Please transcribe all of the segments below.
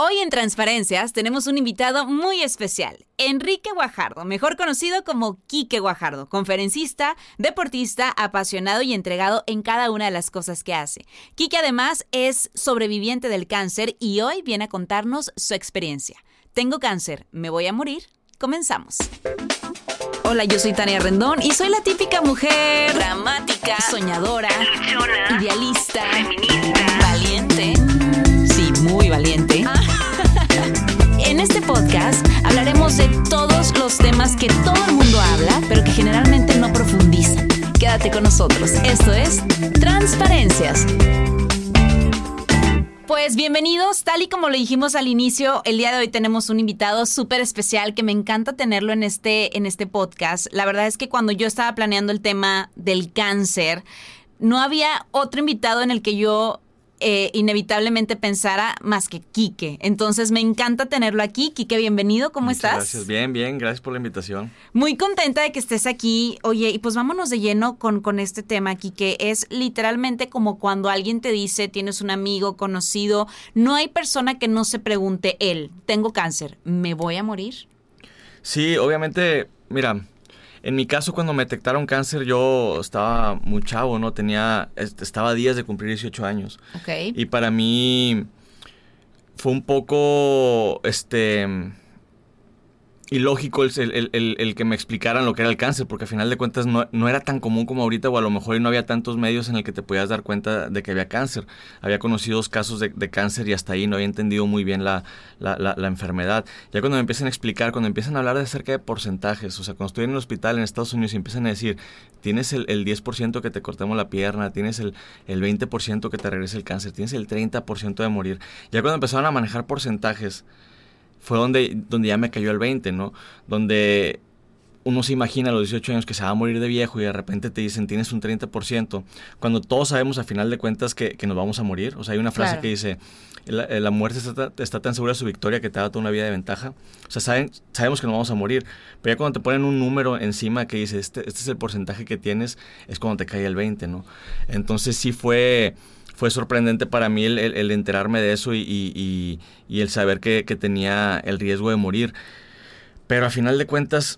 Hoy en Transparencias tenemos un invitado muy especial, Enrique Guajardo, mejor conocido como Quique Guajardo, conferencista, deportista, apasionado y entregado en cada una de las cosas que hace. Quique además es sobreviviente del cáncer y hoy viene a contarnos su experiencia. Tengo cáncer, ¿me voy a morir? Comenzamos. Hola, yo soy Tania Rendón y soy la típica mujer dramática, soñadora, luchona, idealista, feminista, valiente. Sí, muy valiente. En este podcast hablaremos de todos los temas que todo el mundo habla, pero que generalmente no profundizan. Quédate con nosotros. Esto es Transparencias. Pues bienvenidos, tal y como lo dijimos al inicio, el día de hoy tenemos un invitado súper especial que me encanta tenerlo en este podcast. La verdad es que cuando yo estaba planeando el tema del cáncer, no había otro invitado en el que yo inevitablemente pensara más que Quique. Entonces me encanta tenerlo aquí. Quique, bienvenido, ¿cómo estás? Gracias, bien, gracias por la invitación. Muy contenta de que estés aquí. Oye, y pues vámonos de lleno con este tema, Quique. Es literalmente como cuando alguien te dice, tienes un amigo conocido, no hay persona que no se pregunte él, tengo cáncer, ¿me voy a morir? Sí, obviamente, mira, en mi caso cuando me detectaron cáncer yo estaba muy chavo, ¿no? Estaba a días de cumplir 18 años. Okay. Y para mí fue un poco, ilógico el que me explicaran lo que era el cáncer, porque al final de cuentas no era tan común como ahorita, o a lo mejor no había tantos medios en el que te podías dar cuenta de que había cáncer. Había conocido casos de cáncer y hasta ahí no había entendido muy bien la enfermedad. Ya cuando me empiezan a explicar, cuando empiezan a hablar acerca de porcentajes, o sea, cuando estoy en el hospital en Estados Unidos y empiezan a decir, tienes el 10% que te cortemos la pierna, tienes el 20% que te regrese el cáncer, tienes el 30% de morir. Ya cuando empezaron a manejar porcentajes, fue donde ya me cayó el 20, ¿no? Donde uno se imagina a los 18 años que se va a morir de viejo y de repente te dicen tienes un 30%, cuando todos sabemos a final de cuentas que nos vamos a morir. O sea, hay una frase que dice, la muerte está tan segura de su victoria que te da toda una vida de ventaja. O sea, sabemos que nos vamos a morir, pero ya cuando te ponen un número encima que dice este es el porcentaje que tienes, es cuando te cae el 20, ¿no? Entonces sí fue sorprendente para mí el enterarme de eso y el saber que tenía el riesgo de morir. Pero a final de cuentas,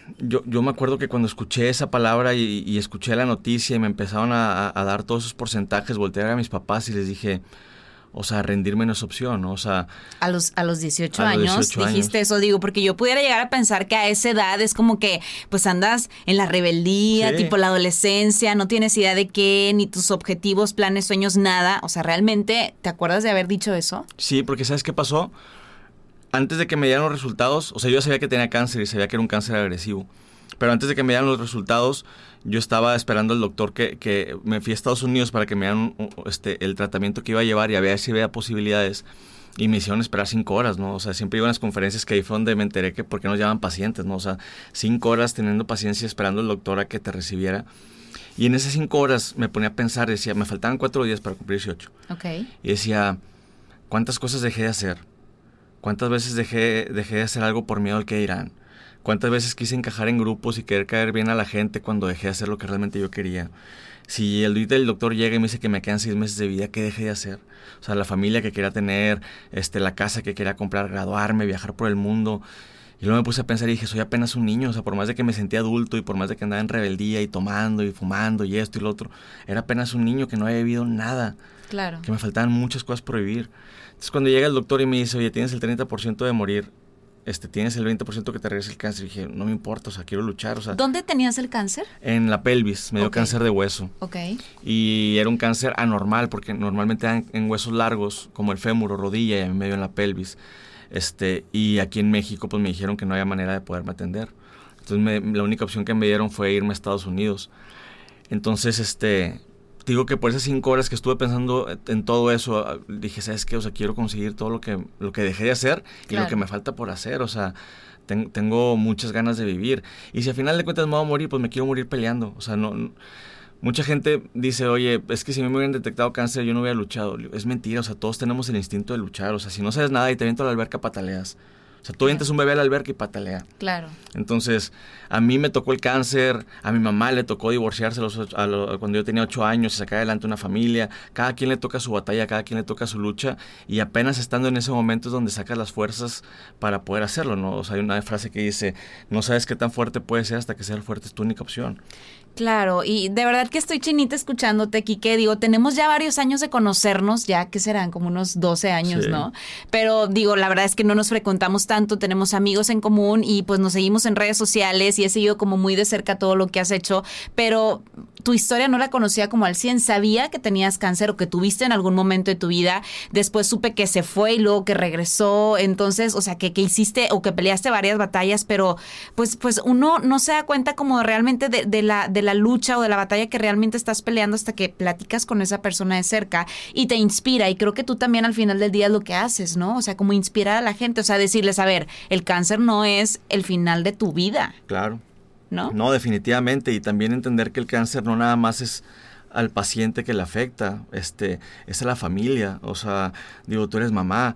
yo me acuerdo que cuando escuché esa palabra y escuché la noticia y me empezaron a dar todos esos porcentajes, volteé a ver a mis papás y les dije, o sea, rendirme no es opción, ¿no? O sea, a los 18 años dijiste eso, digo, porque yo pudiera llegar a pensar que a esa edad es como que pues andas en la rebeldía, sí, tipo la adolescencia, no tienes idea de qué, ni tus objetivos, planes, sueños, nada. O sea, ¿realmente te acuerdas de haber dicho eso? Sí, porque ¿sabes qué pasó? Antes de que me dieran los resultados, o sea, yo sabía que tenía cáncer y sabía que era un cáncer agresivo, pero antes de que me dieran los resultados, yo estaba esperando al doctor que me fui a Estados Unidos para que me dieran el tratamiento que iba a llevar y a ver si había posibilidades. Y me hicieron esperar 5 horas, ¿no? O sea, siempre iba a las conferencias que ahí fue donde me enteré que por qué nos llaman pacientes, ¿no? O sea, 5 horas teniendo paciencia esperando al doctor a que te recibiera. Y en esas 5 horas me ponía a pensar, decía, me faltaban 4 días para cumplir 18. Okay. Y decía, ¿cuántas cosas dejé de hacer? ¿Cuántas veces dejé de hacer algo por miedo al que dirán? ¿Cuántas veces quise encajar en grupos y querer caer bien a la gente cuando dejé de hacer lo que realmente yo quería? Si el doctor llega y me dice que me quedan 6 meses de vida, ¿qué dejé de hacer? O sea, la familia que quería tener, la casa que quería comprar, graduarme, viajar por el mundo. Y luego me puse a pensar y dije, soy apenas un niño. O sea, por más de que me sentía adulto y por más de que andaba en rebeldía y tomando y fumando y esto y lo otro, era apenas un niño que no había vivido nada. Claro. Que me faltaban muchas cosas por vivir. Entonces, cuando llega el doctor y me dice, oye, tienes el 30% de morir, tienes el 20% que te regresa el cáncer. Y dije, no me importa, o sea, quiero luchar. O sea, ¿dónde tenías el cáncer? En la pelvis, me dio cáncer de hueso. Okay. Y era un cáncer anormal, porque normalmente dan en huesos largos, como el fémur o rodilla, y a mí me dio en la pelvis. Y aquí en México, pues me dijeron que no había manera de poderme atender. Entonces, la única opción que me dieron fue irme a Estados Unidos. Entonces, digo que por esas 5 horas que estuve pensando en todo eso, dije, ¿sabes qué? O sea, quiero conseguir todo lo que dejé de hacer y lo que me falta por hacer. O sea, tengo muchas ganas de vivir. Y si al final de cuentas me voy a morir, pues me quiero morir peleando. O sea, no... Mucha gente dice, oye, es que si me hubieran detectado cáncer yo no hubiera luchado. Es mentira, o sea, todos tenemos el instinto de luchar. O sea, si no sabes nada y te aviento a la alberca, pataleas. O sea, tú avientas un bebé a la alberca y patalea. Claro. Entonces, a mí me tocó el cáncer, a mi mamá le tocó divorciarse cuando yo tenía 8 años y sacar adelante una familia. Cada quien le toca su batalla, cada quien le toca su lucha, y apenas estando en ese momento es donde sacas las fuerzas para poder hacerlo, ¿no? O sea, hay una frase que dice, no sabes qué tan fuerte puede ser hasta que ser fuerte es tu única opción. Claro, y de verdad que estoy chinita escuchándote, Quique. Digo, tenemos ya varios años de conocernos, ya que serán como unos 12 años, sí, ¿no? Pero digo, la verdad es que no nos frecuentamos tanto, tenemos amigos en común y pues nos seguimos en redes sociales y he seguido como muy de cerca todo lo que has hecho, pero tu historia no la conocía como al 100. Sabía que tenías cáncer o que tuviste en algún momento de tu vida. Después supe que se fue y luego que regresó. Entonces, o sea, que hiciste o que peleaste varias batallas, pero pues uno no se da cuenta como realmente de la lucha o de la batalla que realmente estás peleando hasta que platicas con esa persona de cerca y te inspira. Y creo que tú también al final del día es lo que haces, ¿no? O sea, como inspirar a la gente, o sea, decirles, a ver, el cáncer no es el final de tu vida. Claro. ¿No? No, definitivamente. Y también entender que el cáncer no nada más es al paciente que le afecta, es a la familia. O sea, digo, tú eres mamá,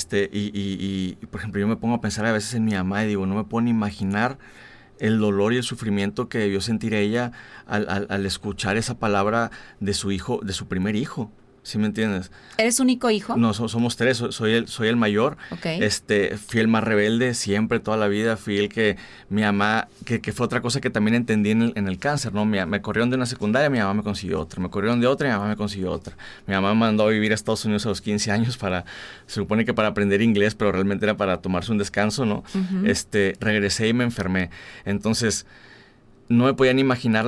y por ejemplo, yo me pongo a pensar a veces en mi mamá y digo, no me puedo ni imaginar el dolor y el sufrimiento que debió sentir ella al escuchar esa palabra de su hijo, de su primer hijo. ¿Sí me entiendes? ¿Eres único hijo? No, somos 3, soy el mayor. Okay. Fui el más rebelde siempre, toda la vida. Fui el que mi mamá, que fue otra cosa que también entendí en el cáncer, ¿no? Me corrieron de una secundaria, mi mamá me consiguió otra. Me corrieron de otra, mi mamá me consiguió otra. Mi mamá me mandó a vivir a Estados Unidos a los 15 años se supone que para aprender inglés, pero realmente era para tomarse un descanso, ¿no? Uh-huh. Regresé y me enfermé. Entonces, no me podía ni imaginar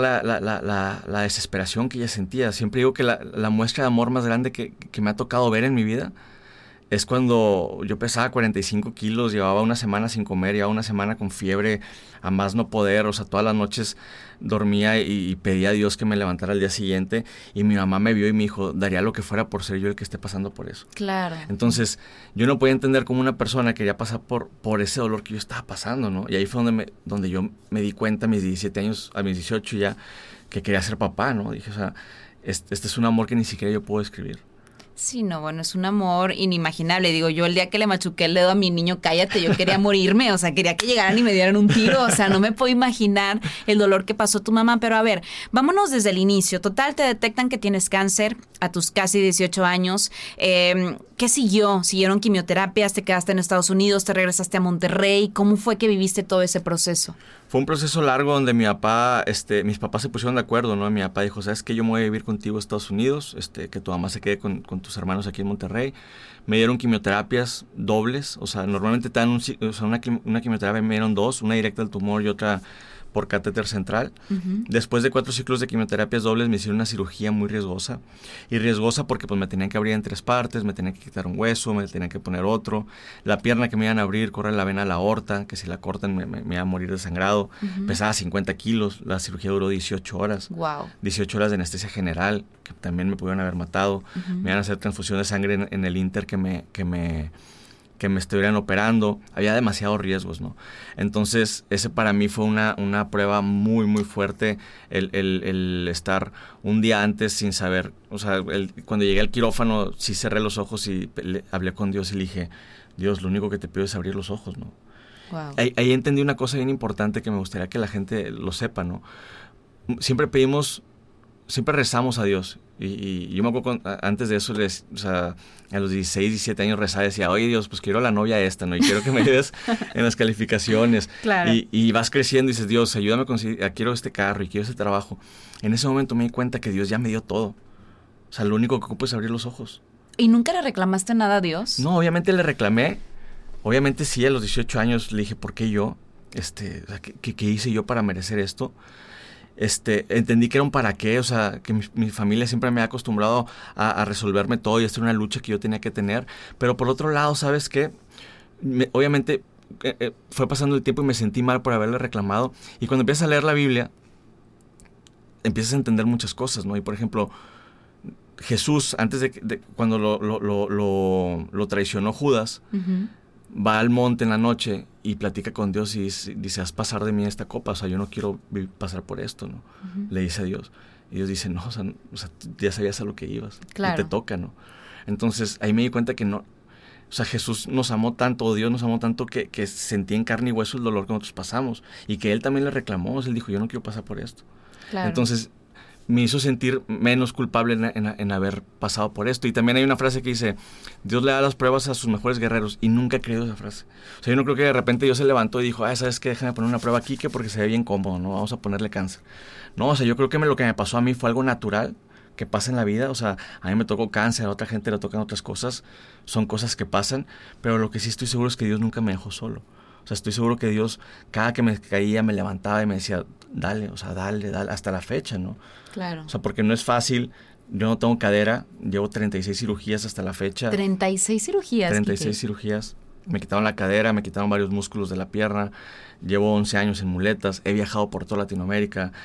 la desesperación que ella sentía. Siempre digo que la muestra de amor más grande que me ha tocado ver en mi vida es cuando yo pesaba 45 kilos, llevaba una semana sin comer, llevaba una semana con fiebre, a más no poder. O sea, todas las noches dormía y pedía a Dios que me levantara al día siguiente. Y mi mamá me vio y me dijo, daría lo que fuera por ser yo el que esté pasando por eso. Claro. Entonces, yo no podía entender cómo una persona quería pasar por ese dolor que yo estaba pasando, ¿no? Y ahí fue donde yo me di cuenta a mis 17 años, a mis 18 ya, que quería ser papá, ¿no? Dije, o sea, este es un amor que ni siquiera yo puedo describir. Sí, no, bueno, es un amor inimaginable. Digo, yo el día que le machuqué el dedo a mi niño, cállate, yo quería morirme, o sea, quería que llegaran y me dieran un tiro, o sea, no me puedo imaginar el dolor que pasó tu mamá. Pero a ver, vámonos desde el inicio. Total, te detectan que tienes cáncer a tus casi 18 años. ¿Qué siguió? ¿Siguieron quimioterapias? ¿Te quedaste en Estados Unidos? ¿Te regresaste a Monterrey? ¿Cómo fue que viviste todo ese proceso? Fue un proceso largo donde mi papá, mis papás se pusieron de acuerdo, ¿no? Mi papá dijo, ¿sabes qué? Yo me voy a vivir contigo a Estados Unidos, que tu mamá se quede con tus hermanos aquí en Monterrey. Me dieron quimioterapias dobles, o sea, normalmente te dan una quimioterapia, me dieron 2, una directa al tumor y otra por catéter central. Uh-huh. Después de 4 ciclos de quimioterapias dobles me hicieron una cirugía muy riesgosa. Y riesgosa porque pues me tenían que abrir en 3 partes, me tenían que quitar un hueso, me tenían que poner otro. La pierna que me iban a abrir corre la vena a la aorta, que si la cortan me iba a morir desangrado. Uh-huh. Pesaba 50 kilos, la cirugía duró 18 horas. Wow. 18 horas de anestesia general, que también me pudieron haber matado. Uh-huh. Me iban a hacer transfusión de sangre en el Inter que me estuvieran operando. Había demasiados riesgos, ¿no? Entonces, ese para mí fue una prueba muy, muy fuerte, el estar un día antes sin saber. O sea, cuando llegué al quirófano, sí cerré los ojos y hablé con Dios y le dije, Dios, lo único que te pido es abrir los ojos, ¿no? Wow. Ahí entendí una cosa bien importante que me gustaría que la gente lo sepa, ¿no? Siempre rezamos a Dios. Y yo me acuerdo antes de eso, o sea, a los 16, 17 años rezaba y decía, oye Dios, pues quiero la novia esta, ¿no? Y quiero que me ayudes en las calificaciones. Claro. Y vas creciendo y dices, Dios, ayúdame a conseguir, quiero este carro y quiero este trabajo. En ese momento me di cuenta que Dios ya me dio todo. O sea, lo único que ocupo es abrir los ojos. ¿Y nunca le reclamaste nada a Dios? No, obviamente le reclamé. Obviamente sí, a los 18 años le dije, ¿por qué yo? O sea, ¿qué hice yo para merecer esto? Entendí que era un para qué, o sea, que mi familia siempre me ha acostumbrado a resolverme todo y esta era una lucha que yo tenía que tener. Pero por otro lado, ¿sabes qué? Obviamente fue pasando el tiempo y me sentí mal por haberle reclamado. Y cuando empiezas a leer la Biblia, empiezas a entender muchas cosas, ¿no? Y por ejemplo, Jesús, antes de cuando lo traicionó Judas, uh-huh, va al monte en la noche y platica con Dios y dice, haz pasar de mí esta copa, o sea, yo no quiero pasar por esto, ¿no? Uh-huh. Le dice a Dios. Y Dios dice, no, o sea, ya sabías a lo que ibas. Claro. Y te toca, ¿no? Entonces, ahí me di cuenta que no, o O sea, Jesús nos amó tanto, o Dios nos amó tanto que sentía en carne y hueso el dolor que nosotros pasamos. Y que Él también le reclamó. Él dijo, yo no quiero pasar por esto. Claro. Entonces, me hizo sentir menos culpable en haber pasado por esto. Y también hay una frase que dice, Dios le da las pruebas a sus mejores guerreros. Y nunca he creído esa frase. O sea, yo no creo que de repente Dios se levantó y dijo, ¿sabes qué? Déjame poner una prueba aquí que porque se ve bien cómodo, ¿no? Vamos a ponerle cáncer. No, o sea, yo creo que lo que me pasó a mí fue algo natural que pasa en la vida. O sea, a mí me tocó cáncer, a otra gente le tocan otras cosas. Son cosas que pasan. Pero lo que sí estoy seguro es que Dios nunca me dejó solo. O sea, estoy seguro que Dios, cada que me caía, me levantaba y me decía, dale, o sea, dale, hasta la fecha, ¿no? Claro. O sea, porque no es fácil. Yo no tengo cadera, llevo 36 cirugías hasta la fecha. 36 cirugías. 36 cirugías. Me quitaron la cadera, me quitaron varios músculos de la pierna. Llevo 11 años en muletas. He viajado por toda Latinoamérica.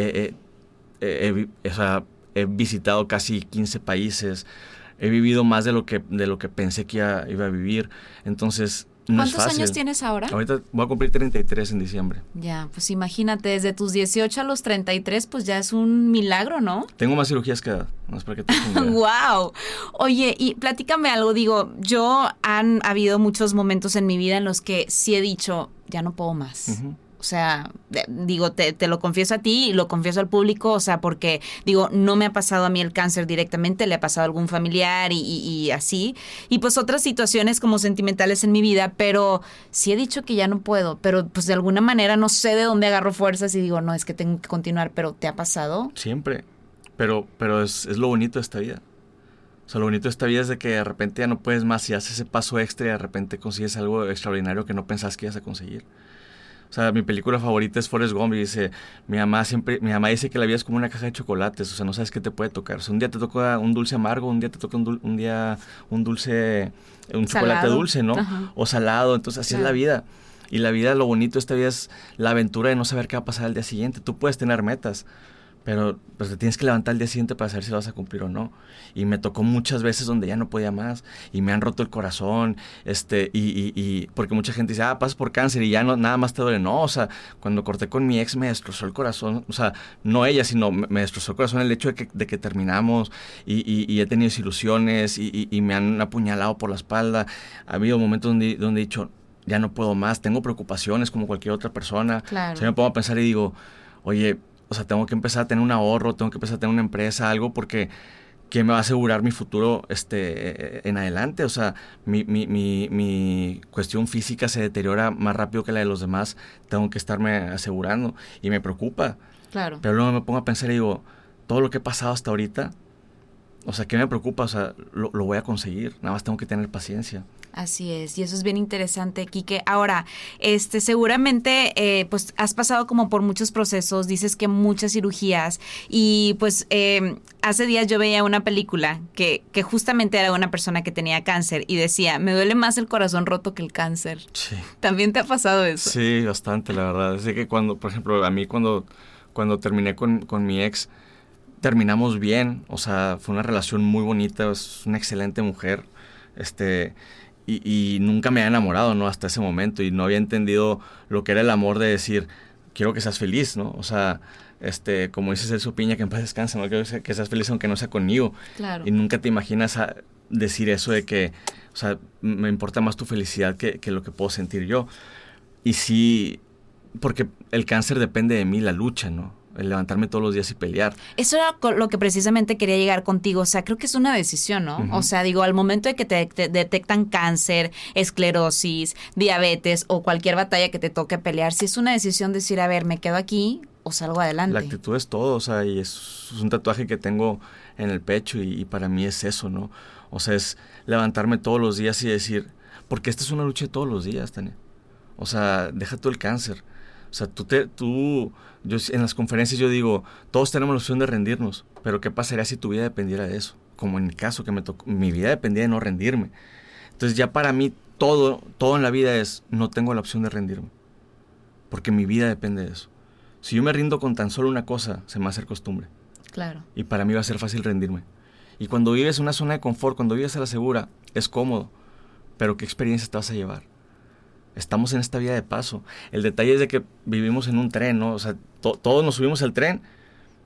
O sea, he visitado casi 15 países. He vivido más de lo que pensé que iba a vivir. Entonces, no es fácil. ¿Cuántos años tienes ahora? Ahorita voy a cumplir 33 en diciembre. Ya, pues imagínate, desde tus 18 a los 33, pues ya es un milagro, ¿no? Tengo más cirugías que edad, no es para que te ¡Wow! Oye, y platícame algo, digo, han habido muchos momentos en mi vida en los que sí he dicho, ya no puedo más. Uh-huh. O sea, digo, te lo confieso a ti y lo confieso al público, o sea, porque, digo, no me ha pasado a mí el cáncer directamente, le ha pasado a algún familiar y así. Y pues otras situaciones como sentimentales en mi vida, pero sí he dicho que ya no puedo, pero pues de alguna manera no sé de dónde agarro fuerzas y digo, no, es que tengo que continuar, pero ¿te ha pasado? Siempre, pero es lo bonito de esta vida. O sea, lo bonito de esta vida es de que de repente ya no puedes más y haces ese paso extra y de repente consigues algo extraordinario que no pensás que ibas a conseguir. O sea, mi película favorita es Forrest Gump y dice, mi mamá dice que la vida es como una caja de chocolates, o sea, no sabes qué te puede tocar. O sea, un día te toca un dulce amargo, un día te toca un chocolate dulce, ¿no? Ajá. O salado, entonces así es la vida. Y la vida, lo bonito de esta vida es la aventura de no saber qué va a pasar al día siguiente. Tú puedes tener metas, pero pues te tienes que levantar el día siguiente para saber si lo vas a cumplir o no. Y me tocó muchas veces donde ya no podía más y me han roto el corazón, y porque mucha gente dice, pasas por cáncer y ya no, nada más te duele. No, o sea, cuando corté con mi ex me destrozó el corazón, o sea, no ella, sino me destrozó el corazón el hecho de que terminamos y he tenido desilusiones y me han apuñalado por la espalda. Ha habido momentos donde he dicho, ya no puedo más, tengo preocupaciones como cualquier otra persona. Claro. O sea, me pongo a pensar y digo, oye, o sea, tengo que empezar a tener un ahorro, tengo que empezar a tener una empresa, algo, porque ¿quién me va a asegurar mi futuro en adelante? O sea, mi cuestión física se deteriora más rápido que la de los demás, tengo que estarme asegurando y me preocupa. Claro. Pero luego me pongo a pensar y digo, todo lo que he pasado hasta ahorita, o sea, ¿qué me preocupa? O sea, lo voy a conseguir, nada más tengo que tener paciencia. Así es, y eso es bien interesante, Quique. Ahora, seguramente pues has pasado como por muchos procesos, dices que muchas cirugías, y pues hace días yo veía una película que justamente era una persona que tenía cáncer y decía, me duele más el corazón roto que el cáncer. Sí. ¿También te ha pasado eso? Sí, bastante, la verdad. Es que por ejemplo, a mí cuando terminé con mi ex, terminamos bien, o sea, fue una relación muy bonita, es una excelente mujer, y nunca me había enamorado, ¿no? Hasta ese momento, y no había entendido lo que era el amor de decir, quiero que seas feliz, ¿no? O sea, como dice Celso Piña, que en paz descanse, ¿no? Quiero que seas feliz aunque no sea conmigo. Claro. Y nunca te imaginas decir eso de que, o sea, me importa más tu felicidad que lo que puedo sentir yo. Y sí, porque el cáncer depende de mí, la lucha, ¿no? El levantarme todos los días y pelear. Eso era lo que precisamente quería llegar contigo. O sea, creo que es una decisión, ¿no? Uh-huh. O sea, digo, al momento de que te detectan cáncer, esclerosis, diabetes o cualquier batalla que te toque pelear, si es una decisión decir, a ver, ¿me quedo aquí o salgo adelante? La actitud es todo, o sea, y es un tatuaje que tengo en el pecho y para mí es eso, ¿no? O sea, es levantarme todos los días y decir, porque esta es una lucha de todos los días, Tania. O sea, deja tú el cáncer. O sea, yo en las conferencias yo digo, todos tenemos la opción de rendirnos, pero ¿qué pasaría si tu vida dependiera de eso? Como en mi caso, que mi vida dependía de no rendirme. Entonces ya para mí todo en la vida es, no tengo la opción de rendirme, porque mi vida depende de eso. Si yo me rindo con tan solo una cosa, se me va a hacer costumbre. Claro. Y para mí va a ser fácil rendirme. Y cuando vives en una zona de confort, cuando vives a la segura, es cómodo, pero ¿qué experiencia te vas a llevar? Estamos en esta vía de paso. El detalle es de que vivimos en un tren, ¿no? O sea, todos nos subimos al tren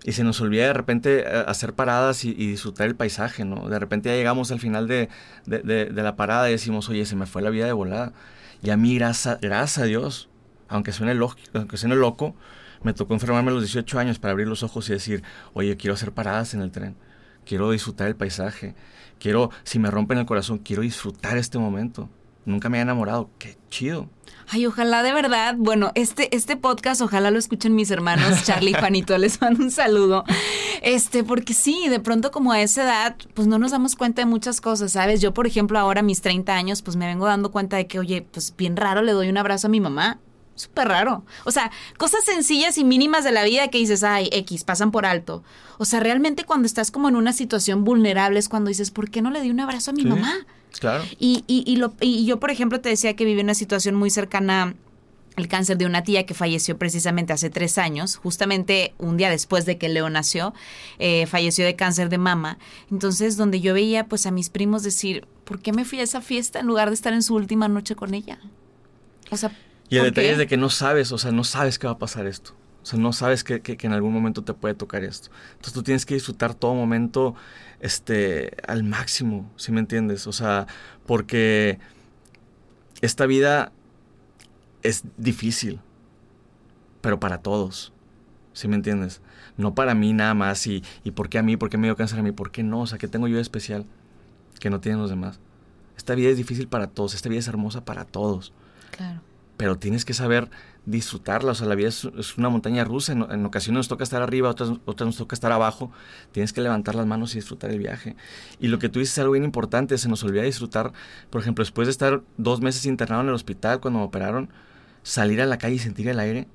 Y se nos olvida de repente hacer paradas y disfrutar el paisaje, ¿no? De repente ya llegamos al final de la parada y decimos, oye, se me fue la vida de volada. Y a mí, gracias a Dios, aunque suene loco, me tocó enfermarme a los 18 años para abrir los ojos y decir, oye, quiero hacer paradas en el tren. Quiero disfrutar el paisaje. Si me rompen el corazón, quiero disfrutar este momento. Nunca me he enamorado. ¡Qué chido! Ay, ojalá de verdad, bueno, este podcast, ojalá lo escuchen mis hermanos Charlie y Juanito, les mando un saludo. Porque sí, de pronto como a esa edad, pues no nos damos cuenta de muchas cosas, ¿sabes? Yo, por ejemplo, ahora a mis 30 años, pues me vengo dando cuenta de que, oye, pues bien raro, le doy un abrazo a mi mamá. Súper raro. O sea, cosas sencillas y mínimas de la vida que dices, ay, X, pasan por alto. O sea, realmente cuando estás como en una situación vulnerable es cuando dices, ¿por qué no le di un abrazo a mi mamá? Claro. Y yo, por ejemplo, te decía que viví una situación muy cercana al cáncer de una tía que falleció precisamente hace 3 años, justamente un día después de que Leo nació, falleció de cáncer de mama. Entonces, donde yo veía pues a mis primos decir, ¿por qué me fui a esa fiesta en lugar de estar en su última noche con ella? O sea, y el detalle es de que no sabes qué va a pasar esto. O sea, no sabes que en algún momento te puede tocar esto. Entonces tú tienes que disfrutar todo momento al máximo, ¿sí me entiendes? O sea, porque esta vida es difícil, pero para todos, ¿sí me entiendes? No para mí nada más. ¿Y por qué a mí? ¿Por qué me dio cáncer a mí? ¿Por qué no? O sea, ¿qué tengo yo de especial que no tienen los demás? Esta vida es difícil para todos. Esta vida es hermosa para todos. Claro. Pero tienes que saber disfrutarla. O sea, la vida es una montaña rusa. En ocasiones nos toca estar arriba, otras nos toca estar abajo. Tienes que levantar las manos y disfrutar el viaje. Y lo que tú dices es algo bien importante. Se nos olvida disfrutar. Por ejemplo, después de estar 2 meses internado en el hospital cuando me operaron, salir a la calle y sentir el aire.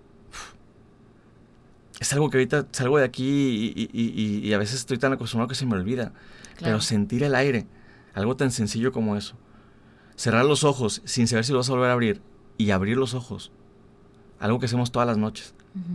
Es algo que ahorita salgo de aquí y a veces estoy tan acostumbrado que se me olvida. Claro. Pero sentir el aire, algo tan sencillo como eso. Cerrar los ojos sin saber si los vas a volver a abrir y abrir los ojos. Algo que hacemos todas las noches.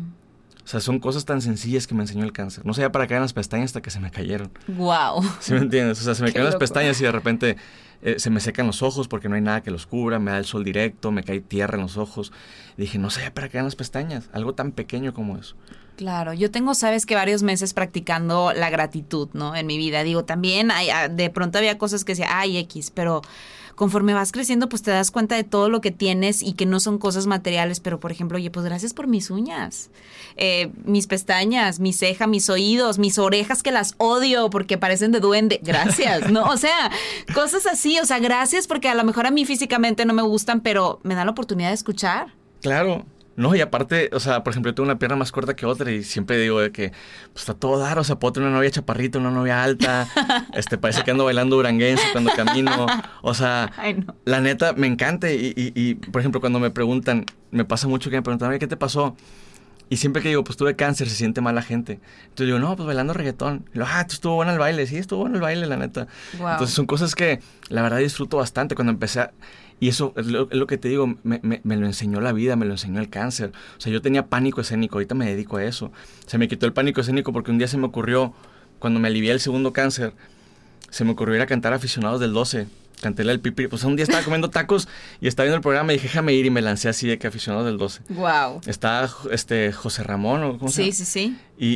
O sea, son cosas tan sencillas que me enseñó el cáncer. No sabía para caer en las pestañas hasta que se me cayeron. ¡Wow! ¿Sí me entiendes? O sea, se me caen las pestañas y de repente se me secan los ojos porque no hay nada que los cubra. Me da el sol directo, me cae tierra en los ojos. Y dije, no sabía para caer en las pestañas. Algo tan pequeño como eso. Claro, yo tengo, sabes, que varios meses practicando la gratitud, ¿no? En mi vida. Digo, también de pronto había cosas que decía, ay, X, pero conforme vas creciendo, pues te das cuenta de todo lo que tienes y que no son cosas materiales, pero por ejemplo, oye, pues gracias por mis uñas, mis pestañas, mi ceja, mis oídos, mis orejas que las odio porque parecen de duende, gracias, ¿no? O sea, cosas así, o sea, gracias porque a lo mejor a mí físicamente no me gustan, pero me dan la oportunidad de escuchar. Claro. No, y aparte, o sea, por ejemplo, yo tengo una pierna más corta que otra y siempre digo de que pues está todo dar, o sea, puedo tener una novia chaparrita, una novia alta, parece que ando bailando duranguense cuando camino, o sea, no. La neta me encanta y, por ejemplo, cuando me preguntan, me pasa mucho que me preguntan, ¿qué te pasó? Y siempre que digo, pues tuve cáncer, se siente mal la gente. Entonces digo, no, pues bailando reggaetón. Y luego, estuvo bueno el baile. Sí, estuvo bueno el baile, la neta. Wow. Entonces son cosas que la verdad disfruto bastante cuando empecé a... Y eso es lo que te digo, me lo enseñó la vida, me lo enseñó el cáncer. O sea, yo tenía pánico escénico, ahorita me dedico a eso. Se me quitó el pánico escénico porque un día se me ocurrió, cuando me alivié el segundo cáncer, se me ocurrió ir a cantar Aficionados del 12. Canté el Pipiri. Pues un día estaba comiendo tacos y estaba viendo el programa y dije, déjame ir, y me lancé así de que Aficionados del 12. Wow. Estaba José Ramón, ¿o cómo se llama? Sí.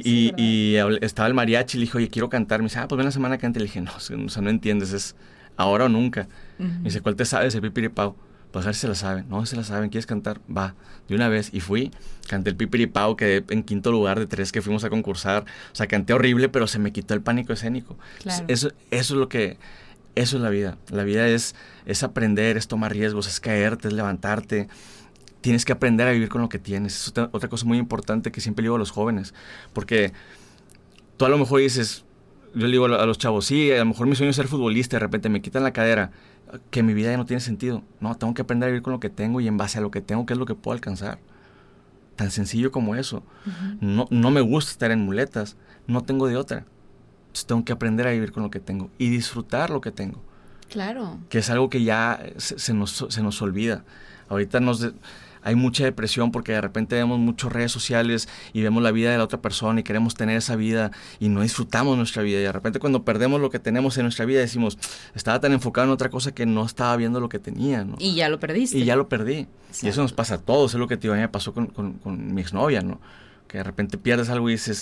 Y estaba el mariachi y le dije, oye, quiero cantar. Me dice, pues ven la semana que antes. Le dije, no, o sea, no entiendes, es ahora o nunca. Me dice, ¿cuál te sabes? El Pipiripao. Pues a ver si se la saben. No, se la saben. ¿Quieres cantar? Va, de una vez. Y fui, canté el Pipiripao, quedé en 5º lugar de 3 que fuimos a concursar. O sea, canté horrible, pero se me quitó el pánico escénico. Claro. Eso es lo que... Eso es la vida. La vida es aprender, es tomar riesgos, es caerte, es levantarte. Tienes que aprender a vivir con lo que tienes. Es otra cosa muy importante que siempre le digo a los jóvenes. Porque tú a lo mejor dices, yo le digo a los chavos, sí, a lo mejor mi sueño es ser futbolista, de repente me quitan la cadera, que mi vida ya no tiene sentido. No, tengo que aprender a vivir con lo que tengo y en base a lo que tengo, ¿qué es lo que puedo alcanzar? Tan sencillo como eso. No me gusta estar en muletas, no tengo de otra. Entonces tengo que aprender a vivir con lo que tengo y disfrutar lo que tengo. Claro. Que es algo que ya se nos olvida. Ahorita hay mucha depresión porque de repente vemos muchas redes sociales y vemos la vida de la otra persona y queremos tener esa vida y no disfrutamos nuestra vida. Y de repente cuando perdemos lo que tenemos en nuestra vida decimos, estaba tan enfocado en otra cosa que no estaba viendo lo que tenía, ¿no? Y ya lo perdiste. Y ya lo perdí. Exacto. Y eso nos pasa a todos. Es lo que a mí me pasó con mi exnovia, ¿no? Que de repente pierdes algo y dices,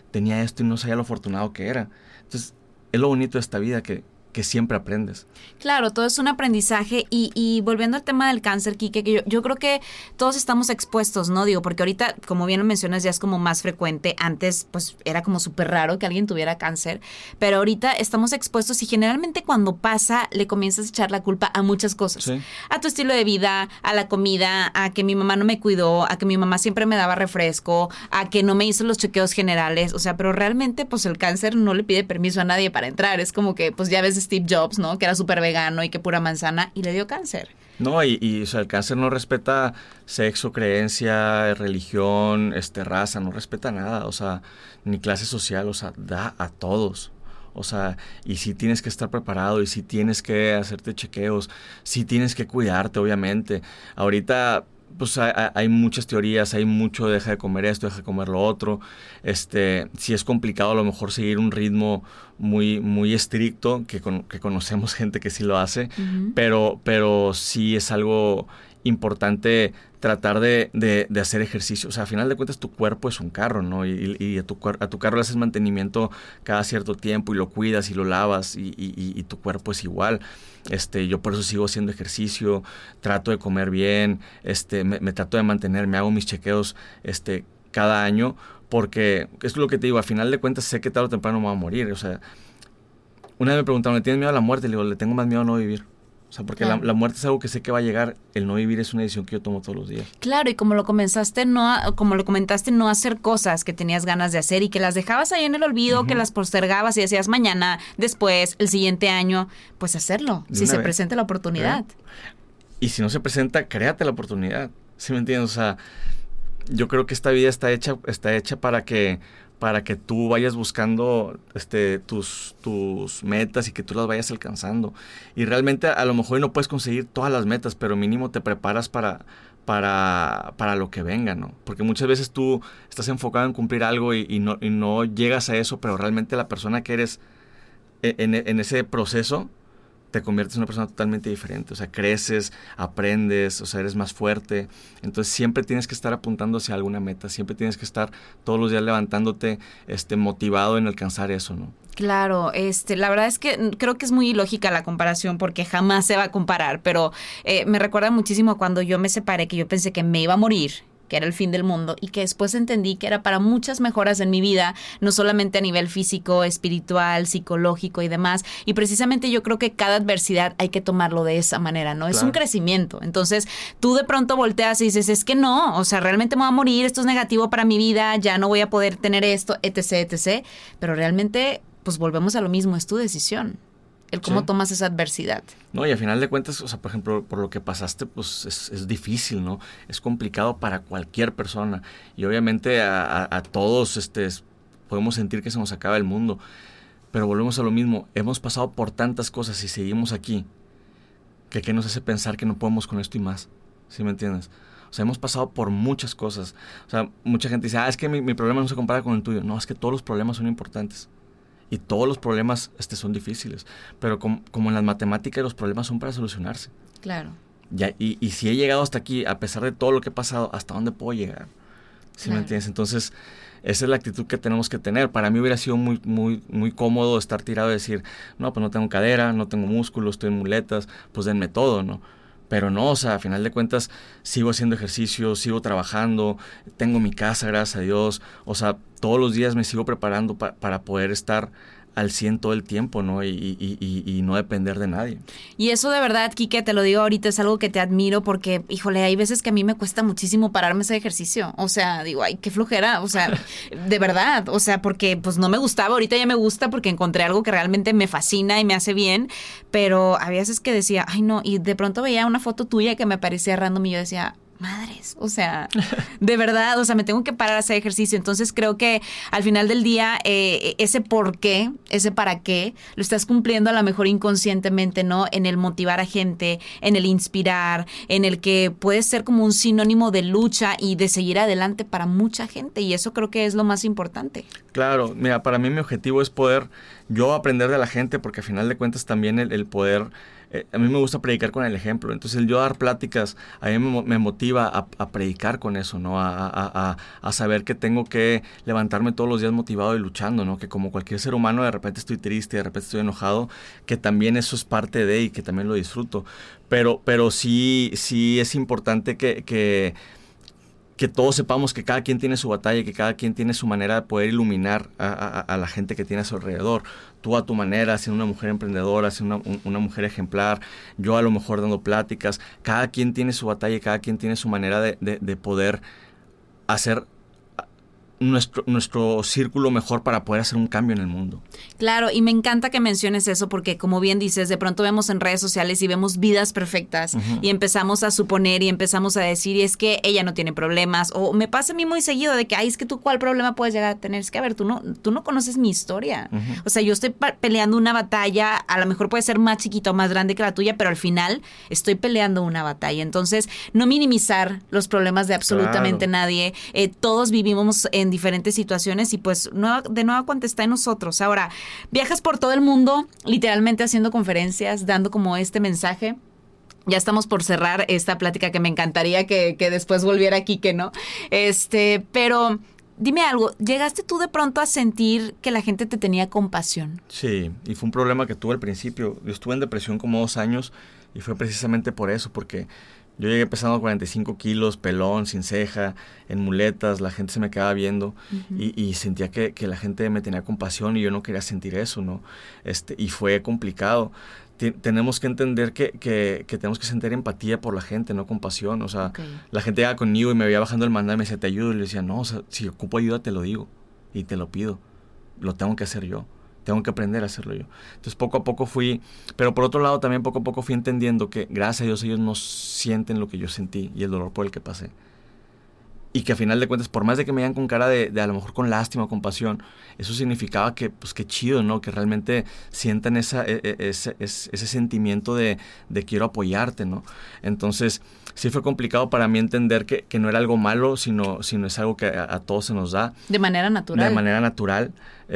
tenía esto y no sabía lo afortunado que era. Entonces, es lo bonito de esta vida, que siempre aprendes. Claro, todo es un aprendizaje y volviendo al tema del cáncer, Quique, que yo creo que todos estamos expuestos, ¿no? Digo, porque ahorita, como bien lo mencionas, ya es como más frecuente. Antes, pues, era como súper raro que alguien tuviera cáncer, pero ahorita estamos expuestos y generalmente cuando pasa, le comienzas a echar la culpa a muchas cosas. Sí. A tu estilo de vida, a la comida, a que mi mamá no me cuidó, a que mi mamá siempre me daba refresco, a que no me hizo los chequeos generales, o sea, pero realmente, pues, el cáncer no le pide permiso a nadie para entrar. Es como que, pues, ya ves Steve Jobs, ¿no? Que era súper vegano y que pura manzana y le dio cáncer. No, o sea, el cáncer no respeta sexo, creencia, religión, raza, no respeta nada, o sea, ni clase social, o sea, da a todos. O sea, y sí tienes que estar preparado, y sí tienes que hacerte chequeos, sí tienes que cuidarte, obviamente. Ahorita, pues hay muchas teorías, hay mucho, deja de comer esto, deja de comer lo otro. Sí es complicado a lo mejor seguir un ritmo muy, muy estricto, que conocemos gente que sí lo hace, Uh-huh. pero sí es algo importante tratar de hacer ejercicio. O sea, a final de cuentas tu cuerpo es un carro, ¿no? Y a tu carro le haces mantenimiento cada cierto tiempo y lo cuidas y lo lavas y tu cuerpo es igual. Yo por eso sigo haciendo ejercicio, trato de comer bien, me trato de mantener, me hago mis chequeos cada año, porque es lo que te digo, a final de cuentas sé que tarde o temprano me voy a morir. O sea, una vez me preguntaron, ¿le tienes miedo a la muerte? Le digo, le tengo más miedo a no vivir. O sea, porque Claro. la muerte es algo que sé que va a llegar, el no vivir es una decisión que yo tomo todos los días. Claro, y como lo comentaste, no hacer cosas que tenías ganas de hacer y que las dejabas ahí en el olvido, Uh-huh. que las postergabas y decías mañana, después, el siguiente año, pues hacerlo, De si una se vez. presenta la oportunidad. Y si no se presenta, créate la oportunidad. ¿Sí me entiendes? O sea, yo creo que esta vida está hecha para que tú vayas buscando tus metas y que tú las vayas alcanzando. Y realmente a lo mejor no puedes conseguir todas las metas, pero mínimo te preparas para lo que venga, ¿no? Porque muchas veces tú estás enfocado en cumplir algo y no llegas a eso, pero realmente la persona que eres en ese proceso te conviertes en una persona totalmente diferente. O sea, creces, aprendes, o sea, eres más fuerte. Entonces siempre tienes que estar apuntando hacia alguna meta, siempre tienes que estar todos los días levantándote motivado en alcanzar eso, ¿no? Claro, la verdad es que creo que es muy ilógica la comparación porque jamás se va a comparar, pero me recuerda muchísimo cuando yo me separé, que yo pensé que me iba a morir, que era el fin del mundo, y que después entendí que era para muchas mejoras en mi vida, no solamente a nivel físico, espiritual, psicológico y demás. Y precisamente yo creo que cada adversidad hay que tomarlo de esa manera, ¿no? Es un crecimiento. Entonces, tú de pronto volteas y dices, es que no, o sea, realmente me voy a morir, esto es negativo para mi vida, ya no voy a poder tener esto, etc., etc. Pero realmente, pues volvemos a lo mismo, es tu decisión. El cómo tomas esa adversidad. No, y al final de cuentas, o sea, por ejemplo, por lo que pasaste, pues es difícil, ¿no? Es complicado para cualquier persona. Y obviamente a todos podemos sentir que se nos acaba el mundo. Pero volvemos a lo mismo. Hemos pasado por tantas cosas y seguimos aquí. ¿Qué nos hace pensar que no podemos con esto y más? ¿Sí me entiendes? O sea, hemos pasado por muchas cosas. O sea, mucha gente dice, es que mi problema no se compara con el tuyo. No, es que todos los problemas son importantes. Y todos los problemas son difíciles. Pero como en las matemáticas, los problemas son para solucionarse. Claro. Y si he llegado hasta aquí, a pesar de todo lo que he pasado, ¿hasta dónde puedo llegar? ¿Sí me entiendes? Entonces, esa es la actitud que tenemos que tener. Para mí hubiera sido muy, muy, muy cómodo estar tirado y decir, no, pues no tengo cadera, no tengo músculos, estoy en muletas, pues denme todo, ¿no? Pero no, o sea, a final de cuentas sigo haciendo ejercicio, sigo trabajando, tengo mi casa, gracias a Dios. O sea, todos los días me sigo preparando para poder estar al 100 todo el tiempo, ¿no? Y no depender de nadie. Y eso de verdad, Quique, te lo digo ahorita, es algo que te admiro porque, híjole, hay veces que a mí me cuesta muchísimo pararme ese ejercicio. O sea, digo, ay, qué flojera. O sea, de verdad. O sea, porque pues no me gustaba. Ahorita ya me gusta porque encontré algo que realmente me fascina y me hace bien. Pero había veces que decía, ay, no. Y de pronto veía una foto tuya que me parecía random y yo decía, madres, o sea, de verdad, o sea, me tengo que parar a hacer ejercicio. Entonces creo que al final del día ese por qué, ese para qué, lo estás cumpliendo a lo mejor inconscientemente, ¿no? En el motivar a gente, en el inspirar, en el que puede ser como un sinónimo de lucha y de seguir adelante para mucha gente, y eso creo que es lo más importante. Claro, mira, para mí mi objetivo es poder yo aprender de la gente, porque al final de cuentas también el poder a mí me gusta predicar con el ejemplo. Entonces, el yo dar pláticas, a mí me motiva a predicar con eso, ¿no? A saber que tengo que levantarme todos los días motivado y luchando, ¿no? Que como cualquier ser humano, de repente estoy triste, de repente estoy enojado, que también eso es parte de y que también lo disfruto. Pero sí es importante que todos sepamos que cada quien tiene su batalla, que cada quien tiene su manera de poder iluminar a la gente que tiene a su alrededor. Tú a tu manera, siendo una mujer emprendedora, siendo una mujer ejemplar, yo a lo mejor dando pláticas. Cada quien tiene su batalla y cada quien tiene su manera de poder hacer nuestro círculo mejor para poder hacer un cambio en el mundo. Claro, y me encanta que menciones eso porque, como bien dices, de pronto vemos en redes sociales y vemos vidas perfectas y empezamos a suponer y empezamos a decir, y es que ella no tiene problemas, o me pasa a mí muy seguido de que, ay, es que tú cuál problema puedes llegar a tener. Es que, a ver, tú no conoces mi historia. O sea, yo estoy peleando una batalla, a lo mejor puede ser más chiquita o más grande que la tuya, pero al final estoy peleando una batalla. Entonces, no minimizar los problemas de absolutamente nadie. Todos vivimos en diferentes situaciones y pues de nuevo cuenta está en nosotros. Ahora, viajas por todo el mundo, literalmente haciendo conferencias, dando como este mensaje. Ya estamos por cerrar esta plática que me encantaría que después volviera Quique, ¿no? Pero dime algo, ¿llegaste tú de pronto a sentir que la gente te tenía compasión? Sí, y fue un problema que tuve al principio. Yo estuve en depresión como 2 años y fue precisamente por eso, porque yo llegué pesando 45 kilos, pelón, sin ceja, en muletas, la gente se me quedaba viendo y sentía que la gente me tenía compasión y yo no quería sentir eso, ¿no? Y fue complicado. Tenemos que entender que tenemos que sentir empatía por la gente, no compasión. O sea, la gente llegaba conmigo y me veía bajando el mandado y me decía, te ayudo. Y le decía, no, o sea, si ocupo ayuda te lo digo y te lo pido. Lo tengo que hacer yo. Tengo que aprender a hacerlo yo. Entonces, poco a poco pero por otro lado también poco a poco fui entendiendo que gracias a Dios ellos no sienten lo que yo sentí y el dolor por el que pasé. Y que a final de cuentas, por más de que me vean con cara de a lo mejor con lástima o compasión, eso significaba que, pues qué chido, ¿no? Que realmente sientan ese sentimiento de quiero apoyarte, ¿no? Entonces, sí fue complicado para mí entender que no era algo malo, sino es algo que a todos se nos da. De manera natural. De manera natural,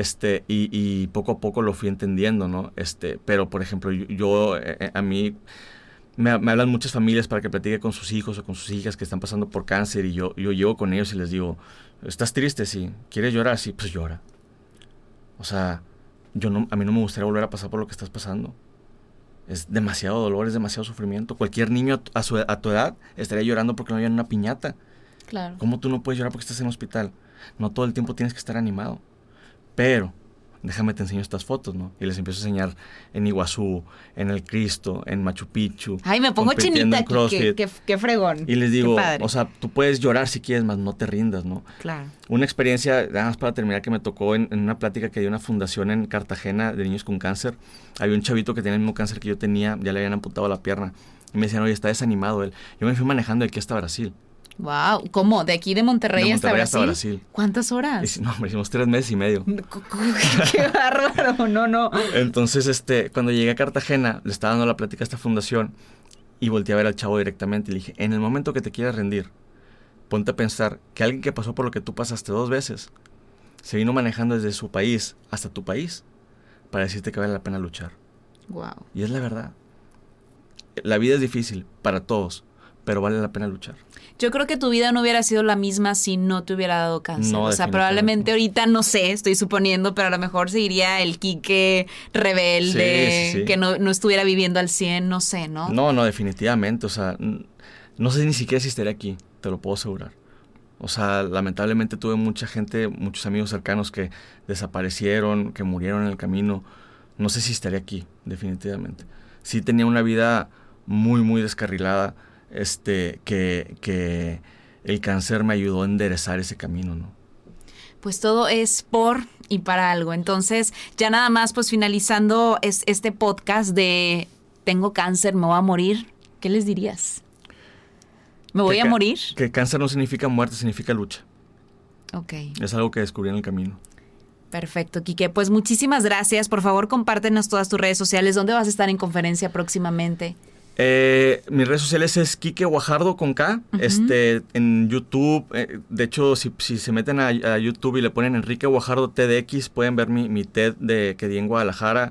y poco a poco lo fui entendiendo, ¿no? Pero, por ejemplo, a mí me hablan muchas familias para que platique con sus hijos o con sus hijas que están pasando por cáncer y yo llego con ellos y les digo, ¿estás triste? Sí. ¿Quieres llorar? Sí, pues llora. O sea, a mí no me gustaría volver a pasar por lo que estás pasando. Es demasiado dolor, es demasiado sufrimiento. Cualquier niño a tu edad estaría llorando porque no hay una piñata. Claro. ¿Cómo tú no puedes llorar porque estás en el hospital? No todo el tiempo tienes que estar animado. Pero déjame te enseño estas fotos, ¿no? Y les empiezo a enseñar en Iguazú, en el Cristo, en Machu Picchu. Ay, me pongo chinita aquí, qué fregón. Y les digo, o sea, tú puedes llorar si quieres, mas no te rindas, ¿no? Claro. Una experiencia, nada más para terminar, que me tocó en una plática que dio una fundación en Cartagena de niños con cáncer. Había un chavito que tenía el mismo cáncer que yo tenía, ya le habían amputado la pierna. Y me decían, oye, está desanimado él. Yo me fui manejando de aquí hasta Brasil. Wow, ¿cómo? ¿De aquí de Monterrey hasta Brasil? ¿Cuántas horas? No, hombre, hicimos 3 meses y medio. ¡Qué bárbaro! No. Entonces, cuando llegué a Cartagena, le estaba dando la plática a esta fundación y volteé a ver al chavo directamente y le dije, en el momento que te quieras rendir, ponte a pensar que alguien que pasó por lo que tú pasaste 2 veces, se vino manejando desde su país hasta tu país para decirte que vale la pena luchar. Wow. Y es la verdad. La vida es difícil para todos, pero vale la pena luchar. Yo creo que tu vida no hubiera sido la misma si no te hubiera dado cáncer. No, o sea, probablemente ahorita, no sé, estoy suponiendo, pero a lo mejor seguiría el Quique rebelde, sí. Que no estuviera viviendo al 100, no sé, ¿no? No, definitivamente. O sea, no sé ni siquiera si estaría aquí, te lo puedo asegurar. O sea, lamentablemente tuve mucha gente, muchos amigos cercanos que desaparecieron, que murieron en el camino. No sé si estaría aquí, definitivamente. Sí tenía una vida muy, muy descarrilada. Que el cáncer me ayudó a enderezar ese camino, ¿no? Pues todo es por y para algo. Entonces, ya nada más, pues finalizando este podcast de tengo cáncer, me voy a morir, ¿qué les dirías? ¿Me voy a morir? Que cáncer no significa muerte, significa lucha. Ok. Es algo que descubrí en el camino. Perfecto, Quique. Pues muchísimas gracias. Por favor, compártenos todas tus redes sociales. ¿Dónde vas a estar en conferencia próximamente? Mis redes sociales es Quique Guajardo con K, en YouTube. De hecho, si se meten a YouTube y le ponen Enrique Guajardo TEDx, pueden ver mi TED que di en Guadalajara.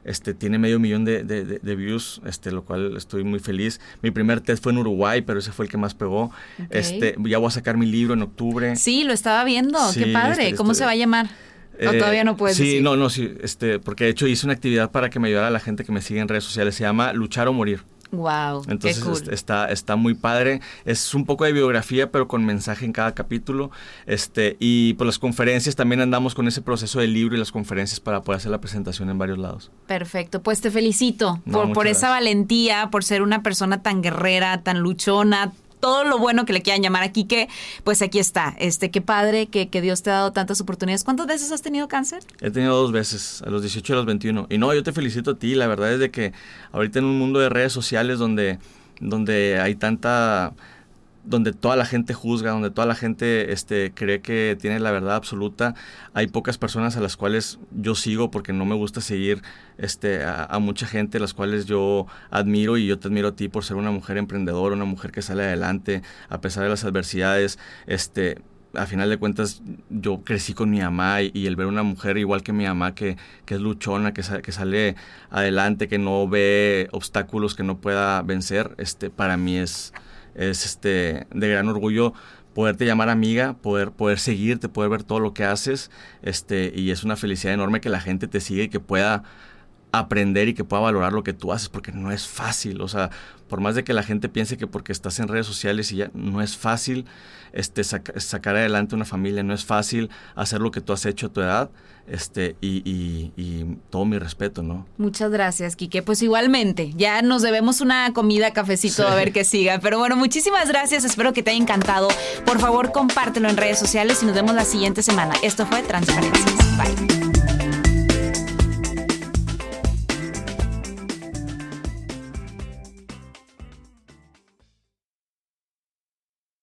tiene 500,000 de views, lo cual estoy muy feliz. Mi primer TED fue en Uruguay, pero ese fue el que más pegó. Okay. Ya voy a sacar mi libro en octubre. Sí, lo estaba viendo. Sí, qué padre. ¿Cómo se va a llamar? ¿O todavía no puedes decir? Sí, porque de hecho hice una actividad para que me ayudara la gente que me sigue en redes sociales. Se llama Luchar o Morir. Wow, entonces qué cool. está muy padre. Es un poco de biografía, pero con mensaje en cada capítulo. Y por las conferencias también andamos con ese proceso del libro y las conferencias para poder hacer la presentación en varios lados. Perfecto, pues te felicito por esa gracias. Valentía, por ser una persona tan guerrera, tan luchona. Todo lo bueno que le quieran llamar a Quique, pues aquí está. Qué padre que Dios te ha dado tantas oportunidades. ¿Cuántas veces has tenido cáncer? He tenido 2 veces, a los 18 y a los 21. Y no, yo te felicito a ti. La verdad es de que ahorita en un mundo de redes sociales donde hay donde toda la gente juzga, donde toda la gente cree que tiene la verdad absoluta, hay pocas personas a las cuales yo sigo porque no me gusta seguir a mucha gente, las cuales yo admiro, y yo te admiro a ti por ser una mujer emprendedora, una mujer que sale adelante a pesar de las adversidades. A final de cuentas, yo crecí con mi mamá y el ver una mujer igual que mi mamá, que es luchona, que sale adelante, que no ve obstáculos que no pueda vencer, para mí es de gran orgullo poderte llamar amiga, poder seguirte, poder ver todo lo que haces, y es una felicidad enorme que la gente te siga y que pueda aprender y que pueda valorar lo que tú haces, porque no es fácil. O sea, por más de que la gente piense que porque estás en redes sociales y ya, no es fácil sacar adelante una familia, no es fácil hacer lo que tú has hecho a tu edad, y todo mi respeto, ¿no? Muchas gracias, Quique. Pues igualmente, ya nos debemos una comida, cafecito, sí, a ver qué siga. Pero bueno, muchísimas gracias, espero que te haya encantado. Por favor, compártelo en redes sociales y nos vemos la siguiente semana. Esto fue Transparencias. Bye.